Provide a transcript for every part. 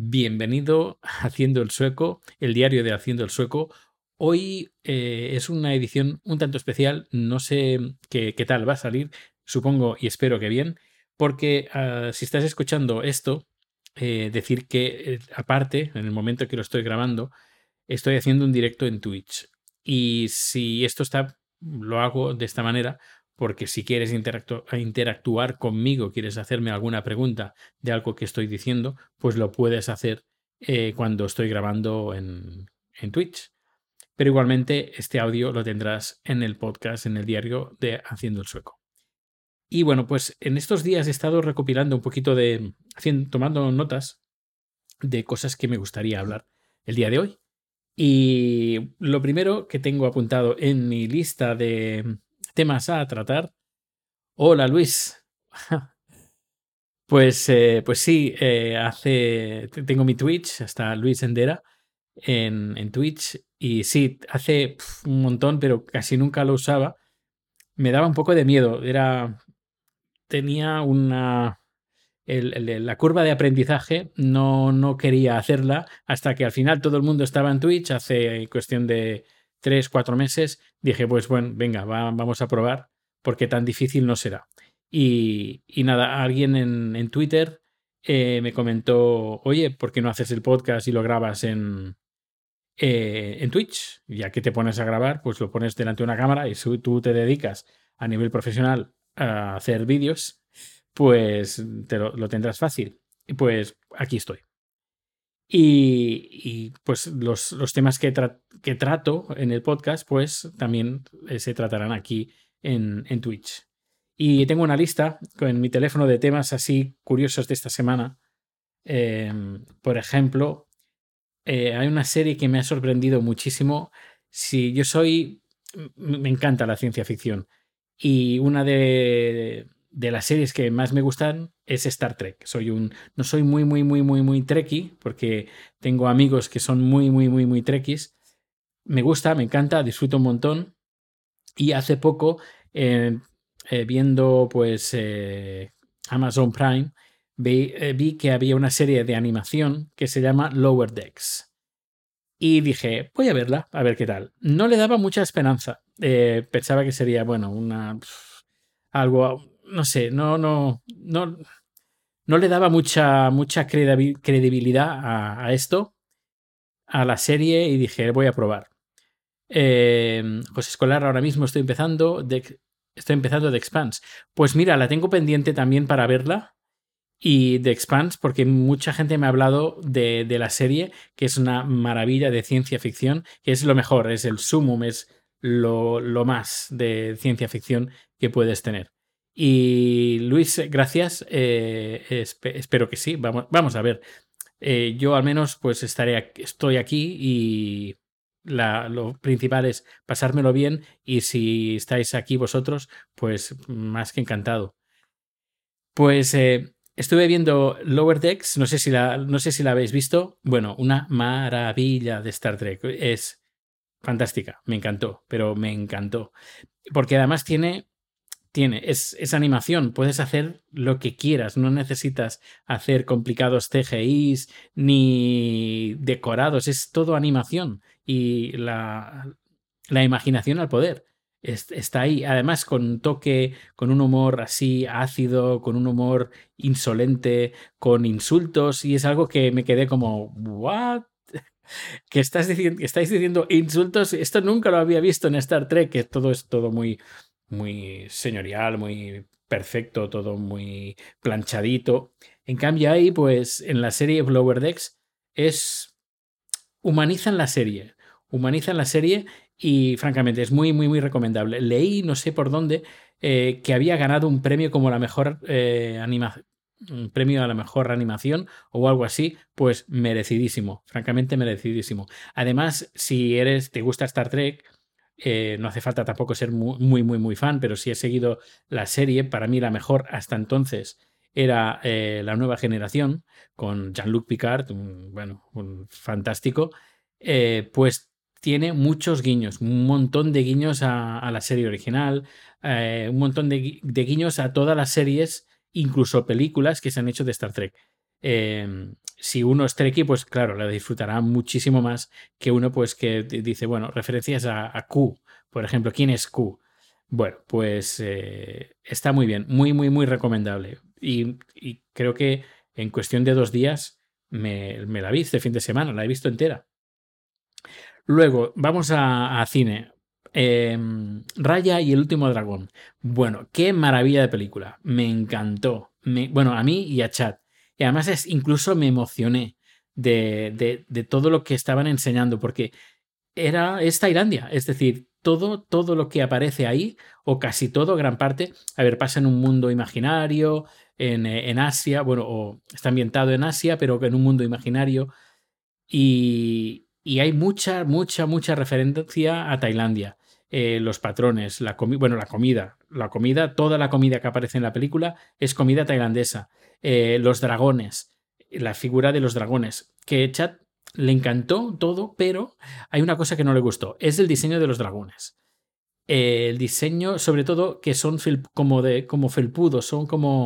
Bienvenido a Haciendo el Sueco, el diario de Haciendo el Sueco. Hoy es una edición un tanto especial, no sé qué tal va a salir, supongo y espero que bien, porque si estás escuchando esto, decir que aparte, en el momento que lo estoy grabando, estoy haciendo un directo en Twitch. Y si esto está, lo hago de esta manera, porque si quieres interactuar conmigo, quieres hacerme alguna pregunta de algo que estoy diciendo, pues lo puedes hacer cuando estoy grabando en Twitch. Pero igualmente este audio lo tendrás en el podcast, en el diario de Haciendo el Sueco. Y bueno, pues en estos días he estado recopilando un poquito tomando notas de cosas que me gustaría hablar el día de hoy. Y lo primero que tengo apuntado en mi lista de temas a tratar. Hola Luis. Pues sí, tengo mi Twitch, hasta Luis Endera en Twitch. Y sí, hace un montón, pero casi nunca lo usaba. Me daba un poco de miedo. Tenía la curva de aprendizaje, no quería hacerla hasta que al final todo el mundo estaba en Twitch hace cuestión de 3-4 meses. Dije, pues bueno, venga, vamos a probar porque tan difícil no será. Y nada, alguien en Twitter me comentó, oye, ¿por qué no haces el podcast y lo grabas en Twitch? Ya que te pones a grabar, pues lo pones delante de una cámara y si tú te dedicas a nivel profesional a hacer vídeos, pues lo tendrás fácil. Y pues aquí estoy. Y pues los temas que trato en el podcast, pues también se tratarán aquí en Twitch. Y tengo una lista con mi teléfono de temas así curiosos de esta semana. Por ejemplo, hay una serie que me ha sorprendido muchísimo. Si yo me encanta la ciencia ficción. Y una de las series que más me gustan es Star Trek. No soy muy trekkie, porque tengo amigos que son muy trekkies. Me gusta, me encanta, disfruto un montón. Y hace poco, viendo pues Amazon Prime, vi que había una serie de animación que se llama Lower Decks. Y dije, voy a verla, a ver qué tal. No le daba mucha esperanza. Pensaba que sería, bueno, algo, no sé, no le daba mucha credibilidad a esto, a la serie, y dije, voy a probar. José Escolar, ahora mismo estoy empezando The Expanse. Pues mira, la tengo pendiente también para verla. Y The Expanse, porque mucha gente me ha hablado de la serie, que es una maravilla de ciencia ficción, que es lo mejor, es el sumum, es lo más de ciencia ficción que puedes tener. Y Luis, gracias. Espero que sí. Vamos a ver. Yo al menos pues estoy aquí y lo principal es pasármelo bien, y si estáis aquí vosotros, pues más que encantado. Pues estuve viendo Lower Decks, no sé si la habéis visto. Bueno, una maravilla de Star Trek. Es fantástica, me encantó, pero me encantó. Porque además es animación, puedes hacer lo que quieras, no necesitas hacer complicados CGIs ni decorados, es todo animación y la imaginación al poder. Está ahí, además con un toque, con un humor así ácido, con un humor insolente, con insultos, y es algo que me quedé como, ¿what? ¿Estáis diciendo insultos? Esto nunca lo había visto en Star Trek, que todo es todo muy señorial, muy perfecto, todo muy planchadito. En cambio ahí, pues en la serie Lower Decks humanizan la serie. Humanizan la serie y francamente es muy recomendable. Leí, no sé por dónde, que había ganado un premio como la mejor un premio a la mejor animación o algo así. Pues merecidísimo, francamente merecidísimo. Además, si te gusta Star Trek, no hace falta tampoco ser muy fan, pero si he seguido la serie, para mí la mejor hasta entonces era La Nueva Generación, con Jean-Luc Picard, un fantástico. Pues tiene muchos guiños, un montón de guiños a la serie original, un montón de guiños a todas las series, incluso películas que se han hecho de Star Trek. Si uno es Trekkie, pues claro, la disfrutará muchísimo más que uno pues que dice, bueno, referencias a Q, por ejemplo, ¿quién es Q? Bueno, pues está muy bien, muy, muy, muy recomendable. Y creo que en cuestión de 2 días me la vi este fin de semana, la he visto entera. Luego, vamos a cine. Raya y el último dragón. Bueno, qué maravilla de película. Me encantó. Bueno, a mí y a Chad. Y además incluso me emocioné de todo lo que estaban enseñando, porque es Tailandia. Es decir, todo lo que aparece ahí, o casi todo, gran parte, a ver, pasa en un mundo imaginario, en Asia, bueno, o está ambientado en Asia, pero en un mundo imaginario. Y hay mucha, mucha, mucha referencia a Tailandia. Los patrones, bueno, la comida, toda la comida que aparece en la película es comida tailandesa. Los dragones, la figura de los dragones, que Chad le encantó todo, pero hay una cosa que no le gustó, es el diseño de los dragones. El diseño, sobre todo, que son como felpudos, son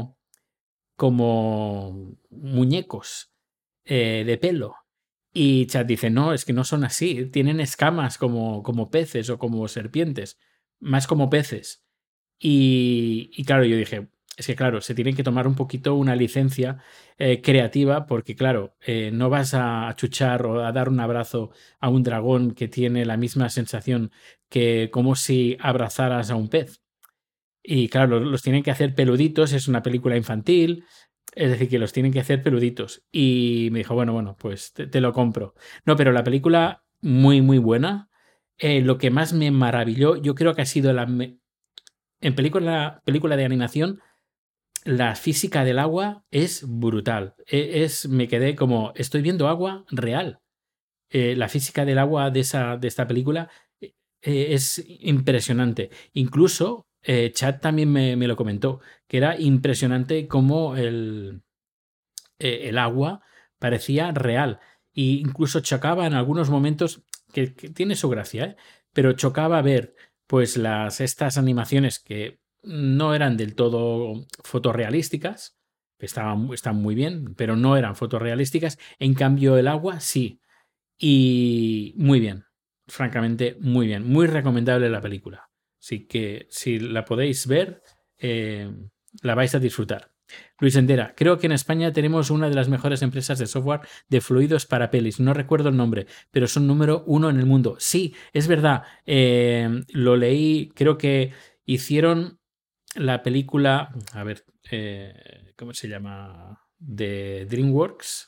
como muñecos de pelo. Y Chad dice, no, es que no son así, tienen escamas como peces o como serpientes, más como peces. Y claro, yo dije, es que claro, se tienen que tomar un poquito una licencia creativa porque claro, no vas a achuchar o a dar un abrazo a un dragón que tiene la misma sensación que como si abrazaras a un pez. Y claro, los tienen que hacer peluditos, es una película infantil, es decir, que los tienen que hacer peluditos. Y me dijo, bueno, pues te lo compro. No, pero la película muy, muy buena. Lo que más me maravilló, yo creo que ha sido en película de animación, la física del agua es brutal. Me quedé como, estoy viendo agua real. La física del agua de esta película es impresionante. Incluso Chad también me lo comentó, que era impresionante cómo el agua parecía real. E incluso chocaba en algunos momentos, que tiene su gracia, ¿eh? Pero chocaba ver pues estas animaciones que no eran del todo fotorrealísticas, están muy bien, pero no eran fotorrealísticas. En cambio, el agua sí. Y muy bien, francamente, muy bien. Muy recomendable la película. Así que si la podéis ver, la vais a disfrutar. Luis Endera, creo que en España tenemos una de las mejores empresas de software de fluidos para pelis. No recuerdo el nombre, pero son número 1 en el mundo. Sí, es verdad. Lo leí, creo que hicieron la película, a ver, ¿cómo se llama? De DreamWorks,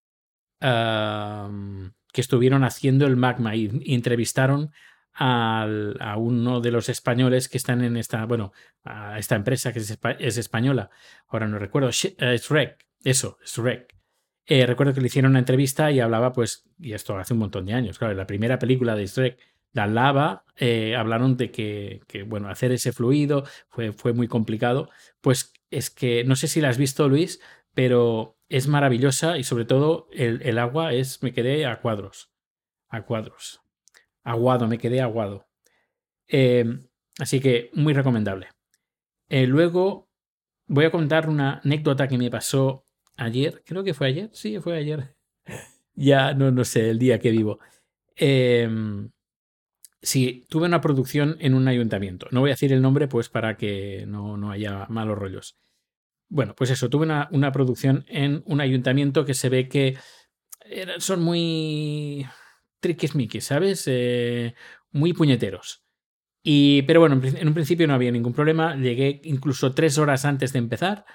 que estuvieron haciendo el Magma y entrevistaron a uno de los españoles que están en a esta empresa que es española. Ahora no recuerdo. Shrek. Eso, Shrek. Recuerdo que le hicieron una entrevista y hablaba, pues, y esto hace un montón de años, claro, la primera película de Shrek, la lava, hablaron de bueno, hacer ese fluido fue muy complicado. Pues es que, no sé si la has visto, Luis, pero es maravillosa y sobre todo el agua me quedé a cuadros, aguado, me quedé aguado. Eh, Así que muy recomendable. Luego voy a contar una anécdota que me pasó ayer, creo que fue ayer, sí, fue ayer, ya no sé el día que vivo. Eh, sí, tuve una producción en un ayuntamiento, no voy a decir el nombre pues para que no haya malos rollos. Bueno, pues eso, tuve una producción en un ayuntamiento que se ve que son muy triquismiquis, ¿sabes? Muy puñeteros. Pero bueno, en un principio no había ningún problema. Llegué incluso 3 horas antes de empezar.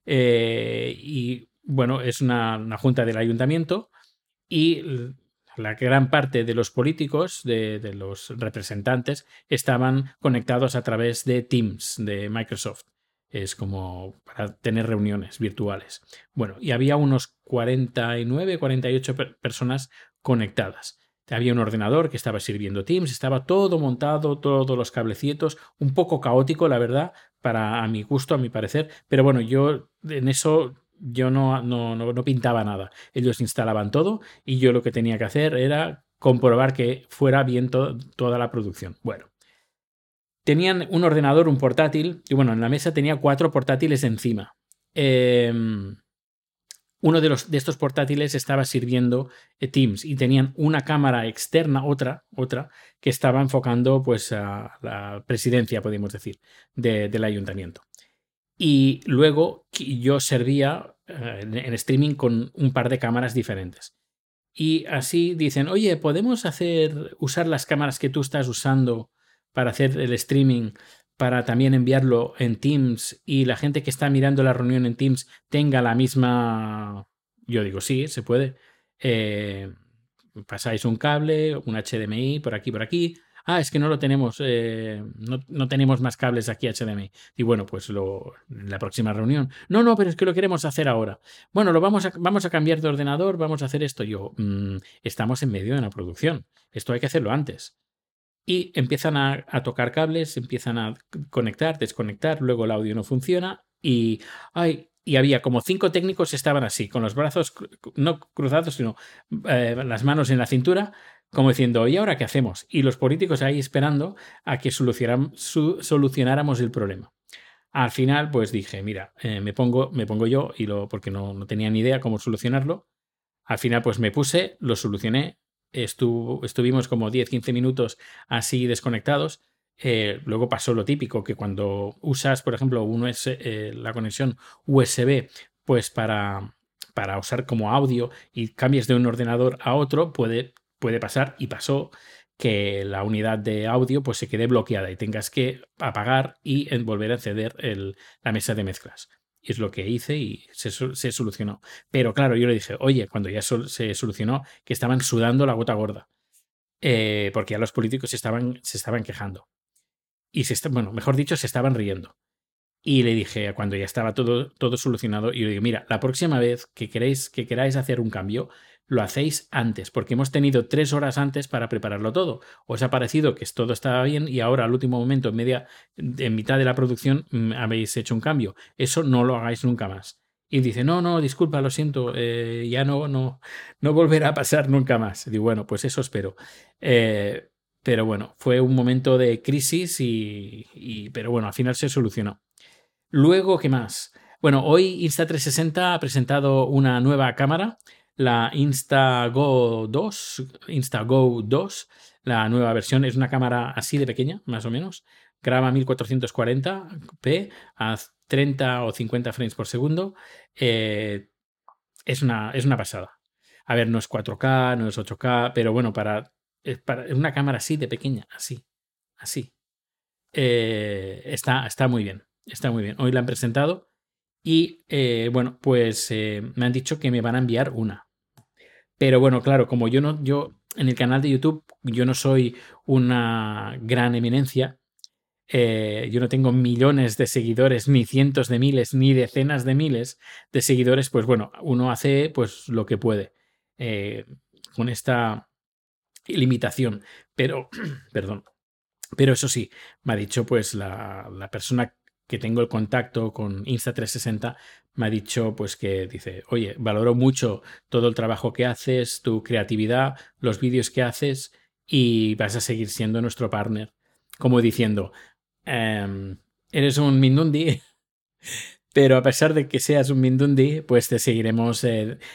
Y bueno, es una junta del ayuntamiento. Y la gran parte de los políticos, de los representantes, estaban conectados a través de Teams de Microsoft. Es como para tener reuniones virtuales. Bueno, y había unos 49, 48 personas conectadas. Había un ordenador que estaba sirviendo Teams, estaba todo montado, todos los cablecitos, un poco caótico, la verdad, a mi gusto, a mi parecer, pero bueno, yo en eso yo no pintaba nada. Ellos instalaban todo y yo lo que tenía que hacer era comprobar que fuera bien toda la producción. Bueno, tenían un ordenador, un portátil, y bueno, en la mesa tenía 4 portátiles encima. uno de estos portátiles estaba sirviendo Teams y tenían una cámara externa, otra, que estaba enfocando pues a la presidencia, podemos decir, del ayuntamiento. Y luego yo servía en streaming con un par de cámaras diferentes. Y así dicen, oye, ¿podemos usar las cámaras que tú estás usando para hacer el streaming, para también enviarlo en Teams y la gente que está mirando la reunión en Teams tenga la misma... Yo digo, sí, se puede. Pasáis un cable, un HDMI por aquí, por aquí. Ah, es que no lo tenemos, no tenemos más cables aquí HDMI. Y bueno, pues la próxima reunión. No, pero es que lo queremos hacer ahora. Bueno, vamos a cambiar de ordenador, vamos a hacer esto. Yo, estamos en medio de una producción. Esto hay que hacerlo antes. Y empiezan a tocar cables, empiezan a conectar, desconectar, luego el audio no funciona y había como 5 técnicos que estaban así, con los brazos no cruzados, sino las manos en la cintura, como diciendo, ¿y ahora qué hacemos? Y los políticos ahí esperando a que solucionáramos el problema. Al final, pues dije, mira, me pongo yo, porque no tenía ni idea cómo solucionarlo. Al final, pues me puse, lo solucioné. Estuvimos como 10-15 minutos así desconectados. Luego pasó lo típico, que cuando usas, por ejemplo, la conexión USB, pues para usar como audio y cambies de un ordenador a otro, puede pasar, y pasó, que la unidad de audio pues se quede bloqueada y tengas que apagar y volver a encender la mesa de mezclas. Y es lo que hice y se solucionó. Pero claro, yo le dije, oye, cuando ya se solucionó, que estaban sudando la gota gorda. Porque ya los políticos se estaban quejando. Y mejor dicho, se estaban riendo. Y le dije, cuando ya estaba todo solucionado, y le digo, mira, la próxima vez que queráis hacer un cambio, lo hacéis antes, porque hemos tenido 3 horas antes para prepararlo todo. Os ha parecido que todo estaba bien y ahora al último momento, en mitad de la producción, habéis hecho un cambio. Eso no lo hagáis nunca más. Y dice, no, disculpa, lo siento, ya no volverá a pasar nunca más. Y digo, bueno, pues eso espero. Pero bueno, fue un momento de crisis pero bueno, al final se solucionó. Luego, ¿qué más? Bueno, hoy Insta360 ha presentado una nueva cámara, la Instago 2, la nueva versión. Es una cámara así de pequeña, más o menos. Graba 1440p a 30 o 50 frames por segundo. Es una pasada. A ver, no es 4K, no es 8K, pero bueno, para una cámara así de pequeña, así. Está muy bien. Está muy bien. Hoy la han presentado y bueno, pues me han dicho que me van a enviar una. Pero bueno, claro, como yo en el canal de YouTube, yo no soy una gran eminencia. Yo no tengo millones de seguidores, ni cientos de miles, ni decenas de miles de seguidores. Pues bueno, uno hace pues lo que puede con esta limitación. Pero, perdón. Pero eso sí, me ha dicho pues la persona que tengo el contacto con Insta360, me ha dicho pues que dice, oye, valoro mucho todo el trabajo que haces, tu creatividad, los vídeos que haces, y vas a seguir siendo nuestro partner. Como diciendo, eres un Mindundi, pero a pesar de que seas un Mindundi, pues te seguiremos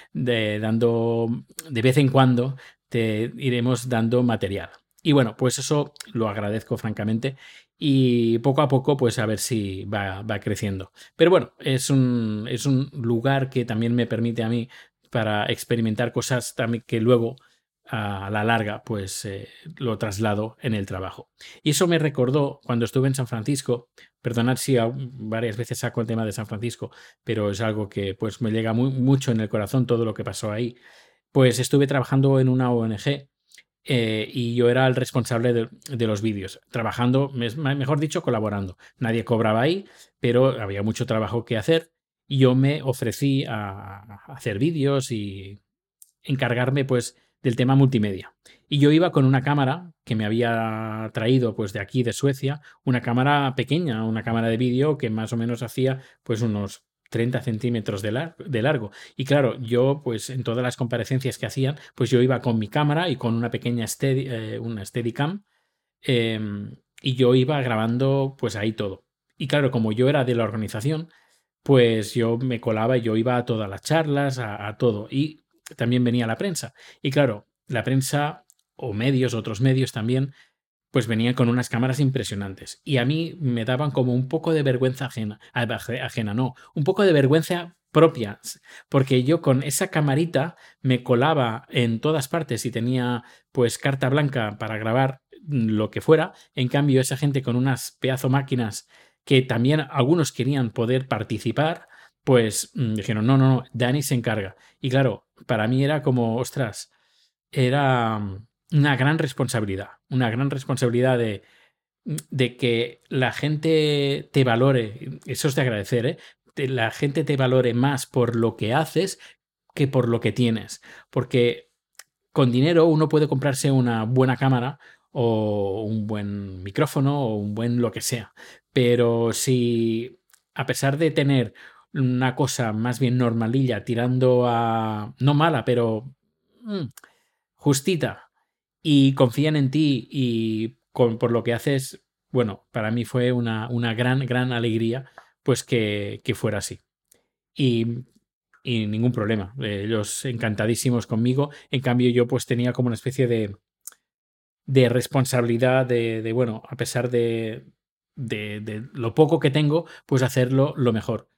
dando, de vez en cuando, te iremos dando material. Y bueno, pues eso lo agradezco francamente, y poco a poco pues a ver si va creciendo. Pero bueno, es un lugar que también me permite a mí para experimentar cosas también que luego a la larga pues lo traslado en el trabajo. Y eso me recordó cuando estuve en San Francisco. Perdonad si varias veces saco el tema de San Francisco, pero es algo que pues me llega mucho en el corazón todo lo que pasó ahí. Pues estuve trabajando en una ONG y yo era el responsable de los vídeos, trabajando, mejor dicho, colaborando. Nadie cobraba ahí, pero había mucho trabajo que hacer y yo me ofrecí a hacer vídeos y encargarme pues del tema multimedia. Y yo iba con una cámara que me había traído pues de aquí, de Suecia, una cámara pequeña, una cámara de vídeo que más o menos hacía pues unos 30 centímetros de largo. Y claro, yo pues en todas las comparecencias que hacían, pues yo iba con mi cámara y con una pequeña una Steadicam, y yo iba grabando pues ahí todo. Y claro, como yo era de la organización, pues yo me colaba y yo iba a todas las charlas, a todo. Y también venía la prensa. Y claro, la prensa o medios, otros medios también, pues venían con unas cámaras impresionantes. Y a mí me daban como un poco de vergüenza ajena, no, un poco de vergüenza propia, porque yo con esa camarita me colaba en todas partes y tenía pues carta blanca para grabar lo que fuera. En cambio, esa gente con unas pedazo máquinas que también algunos querían poder participar, pues dijeron, no, no, no, Dani se encarga. Y claro, para mí era como, ostras, era una gran responsabilidad de que la gente te valore, eso es de agradecer, ¿eh? La gente te valore más por lo que haces que por lo que tienes, porque con dinero uno puede comprarse una buena cámara o un buen micrófono o un buen lo que sea, pero si a pesar de tener una cosa más bien normalilla tirando a no mala, pero justita, y confían en ti y por lo que haces, bueno, para mí fue una gran, gran alegría pues que fuera así. Y, y ningún problema. Ellos encantadísimos conmigo. En cambio, yo pues tenía como una especie de responsabilidad bueno, a pesar de lo poco que tengo, pues hacerlo lo mejor.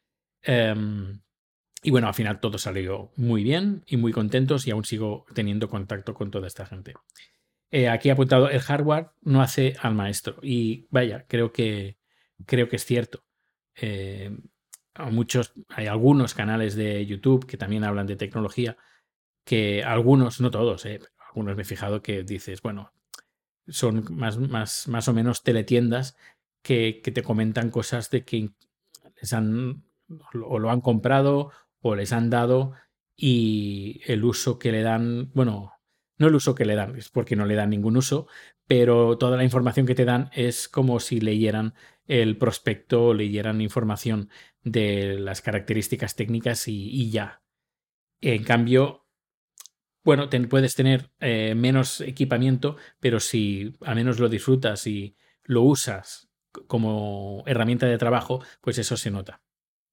Y bueno, al final todo salió muy bien y muy contentos y aún sigo teniendo contacto con toda esta gente. Aquí he apuntado, el hardware no hace al maestro. Y vaya, creo que es cierto. Eh, hay algunos canales de YouTube que también hablan de tecnología, que algunos, no todos, algunos me he fijado que dices, bueno, son más o menos teletiendas que te comentan cosas de que les han o lo han comprado o les han dado y el uso que le dan, bueno, no el uso que le dan, es porque no le dan ningún uso, pero toda la información que te dan es como si leyeran el prospecto o leyeran información de las características técnicas y ya. En cambio, bueno, puedes tener menos equipamiento, pero si al menos lo disfrutas y lo usas como herramienta de trabajo, pues eso se nota.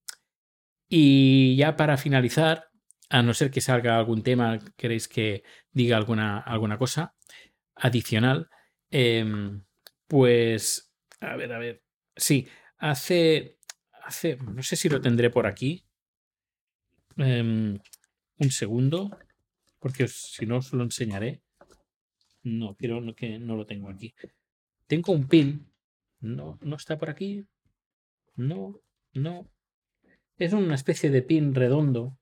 Y ya para finalizar, a no ser que salga algún tema, queréis que diga alguna cosa adicional, em, pues, a ver, sí, no sé si lo tendré por aquí, un segundo, porque si no os lo enseñaré. No, quiero que no lo tengo aquí. Tengo un pin. No, no está por aquí. No, no. Es una especie de pin redondo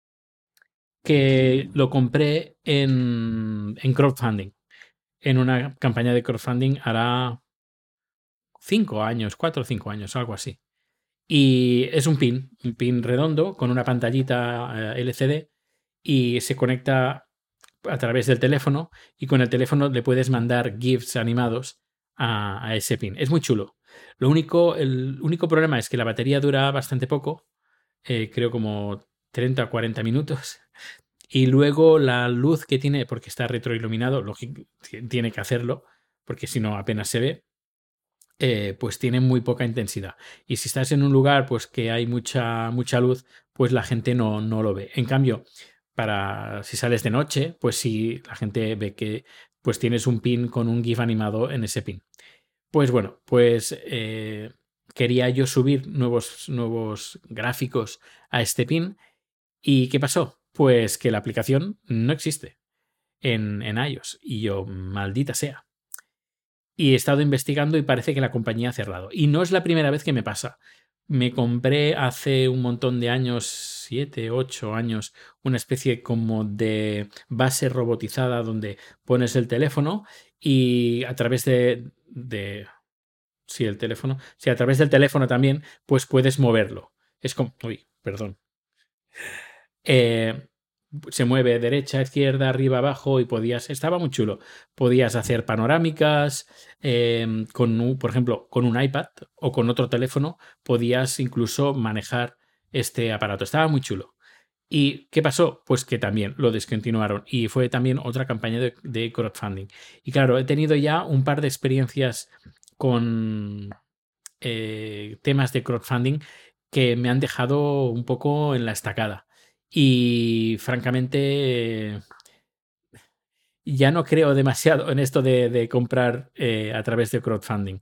que lo compré en crowdfunding. En una campaña de crowdfunding hará 5 años, 4 o 5 años, algo así. Y es un pin redondo con una pantallita LCD y se conecta a través del teléfono y con el teléfono le puedes mandar GIFs animados a ese pin. Es muy chulo. El único problema es que la batería dura bastante poco, creo como 30 o 40 minutos. Y luego la luz que tiene, porque está retroiluminado, tiene que hacerlo, porque si no apenas se ve, pues tiene muy poca intensidad. Y si estás en un lugar pues que hay mucha luz, pues la gente no lo ve. En cambio, si sales de noche, pues sí, la gente ve que pues tienes un pin con un GIF animado en ese pin. Pues bueno, pues quería yo subir nuevos gráficos a este pin. ¿Y qué pasó? Pues que la aplicación no existe en iOS. Y yo, maldita sea. Y he estado investigando y parece que la compañía ha cerrado. Y no es la primera vez que me pasa. Me compré hace un montón de años, 7, 8 años, una especie como de base robotizada donde pones el teléfono y a través sí, el teléfono. Sí, a través del teléfono también, pues puedes moverlo. Es como... Uy, perdón. Se mueve derecha, izquierda, arriba, abajo y estaba muy chulo. Podías hacer panorámicas, por ejemplo, con un iPad o con otro teléfono, podías incluso manejar este aparato. Estaba muy chulo. ¿Y qué pasó? Pues que también lo descontinuaron y fue también otra campaña de crowdfunding. Y claro, he tenido ya un par de experiencias con temas de crowdfunding que me han dejado un poco en la estacada. Y francamente, ya no creo demasiado en esto de comprar a través de crowdfunding.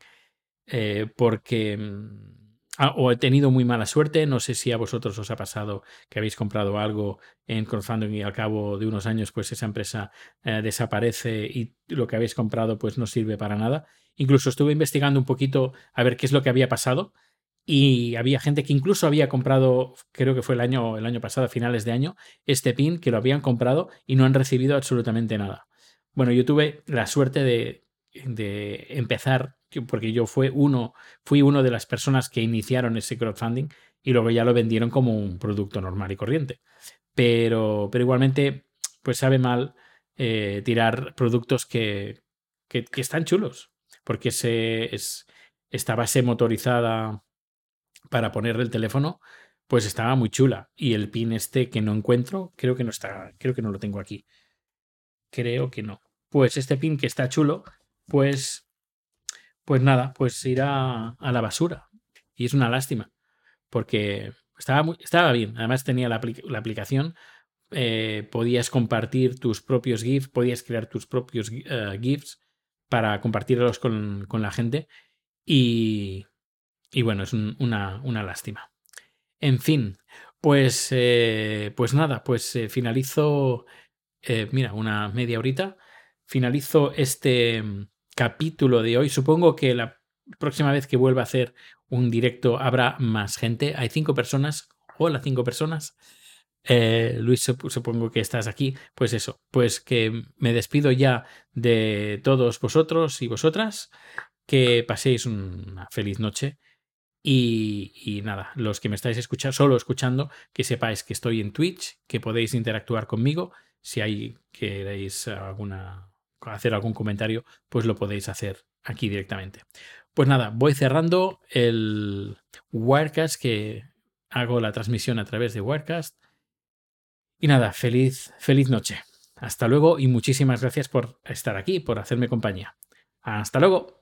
Porque o he tenido muy mala suerte, no sé si a vosotros os ha pasado que habéis comprado algo en crowdfunding y al cabo de unos años pues esa empresa desaparece y lo que habéis comprado pues no sirve para nada. Incluso estuve investigando un poquito a ver qué es lo que había pasado y había gente que incluso había comprado, creo que fue el año pasado, a finales de año, este pin que lo habían comprado y no han recibido absolutamente nada. Bueno, yo tuve la suerte de empezar, porque yo fui uno de las personas que iniciaron ese crowdfunding y luego ya lo vendieron como un producto normal y corriente. Pero igualmente, pues sabe mal tirar productos que están chulos, porque esta base motorizada para ponerle el teléfono, pues estaba muy chula. Y el pin este que no encuentro, creo que no está, creo que no lo tengo aquí. Creo que no. Pues este pin que está chulo, pues pues nada, pues irá a la basura. Y es una lástima, porque estaba bien. Además tenía la aplicación, podías compartir tus propios GIFs, podías crear tus propios GIFs para compartirlos con la gente. Y, y bueno, es una lástima. En fin, pues nada, pues finalizo, mira, una media horita. Finalizo este capítulo de hoy. Supongo que la próxima vez que vuelva a hacer un directo habrá más gente. Hay 5 personas. Hola, 5 personas. Luis, supongo que estás aquí. Pues eso, pues que me despido ya de todos vosotros y vosotras. Que paséis una feliz noche. Y nada, los que me estáis escuchando, solo escuchando, que sepáis que estoy en Twitch, que podéis interactuar conmigo. Si queréis hacer algún comentario, pues lo podéis hacer aquí directamente. Pues nada, voy cerrando el Wirecast, que hago la transmisión a través de Wirecast. Y nada, feliz noche. Hasta luego y muchísimas gracias por estar aquí, por hacerme compañía. Hasta luego.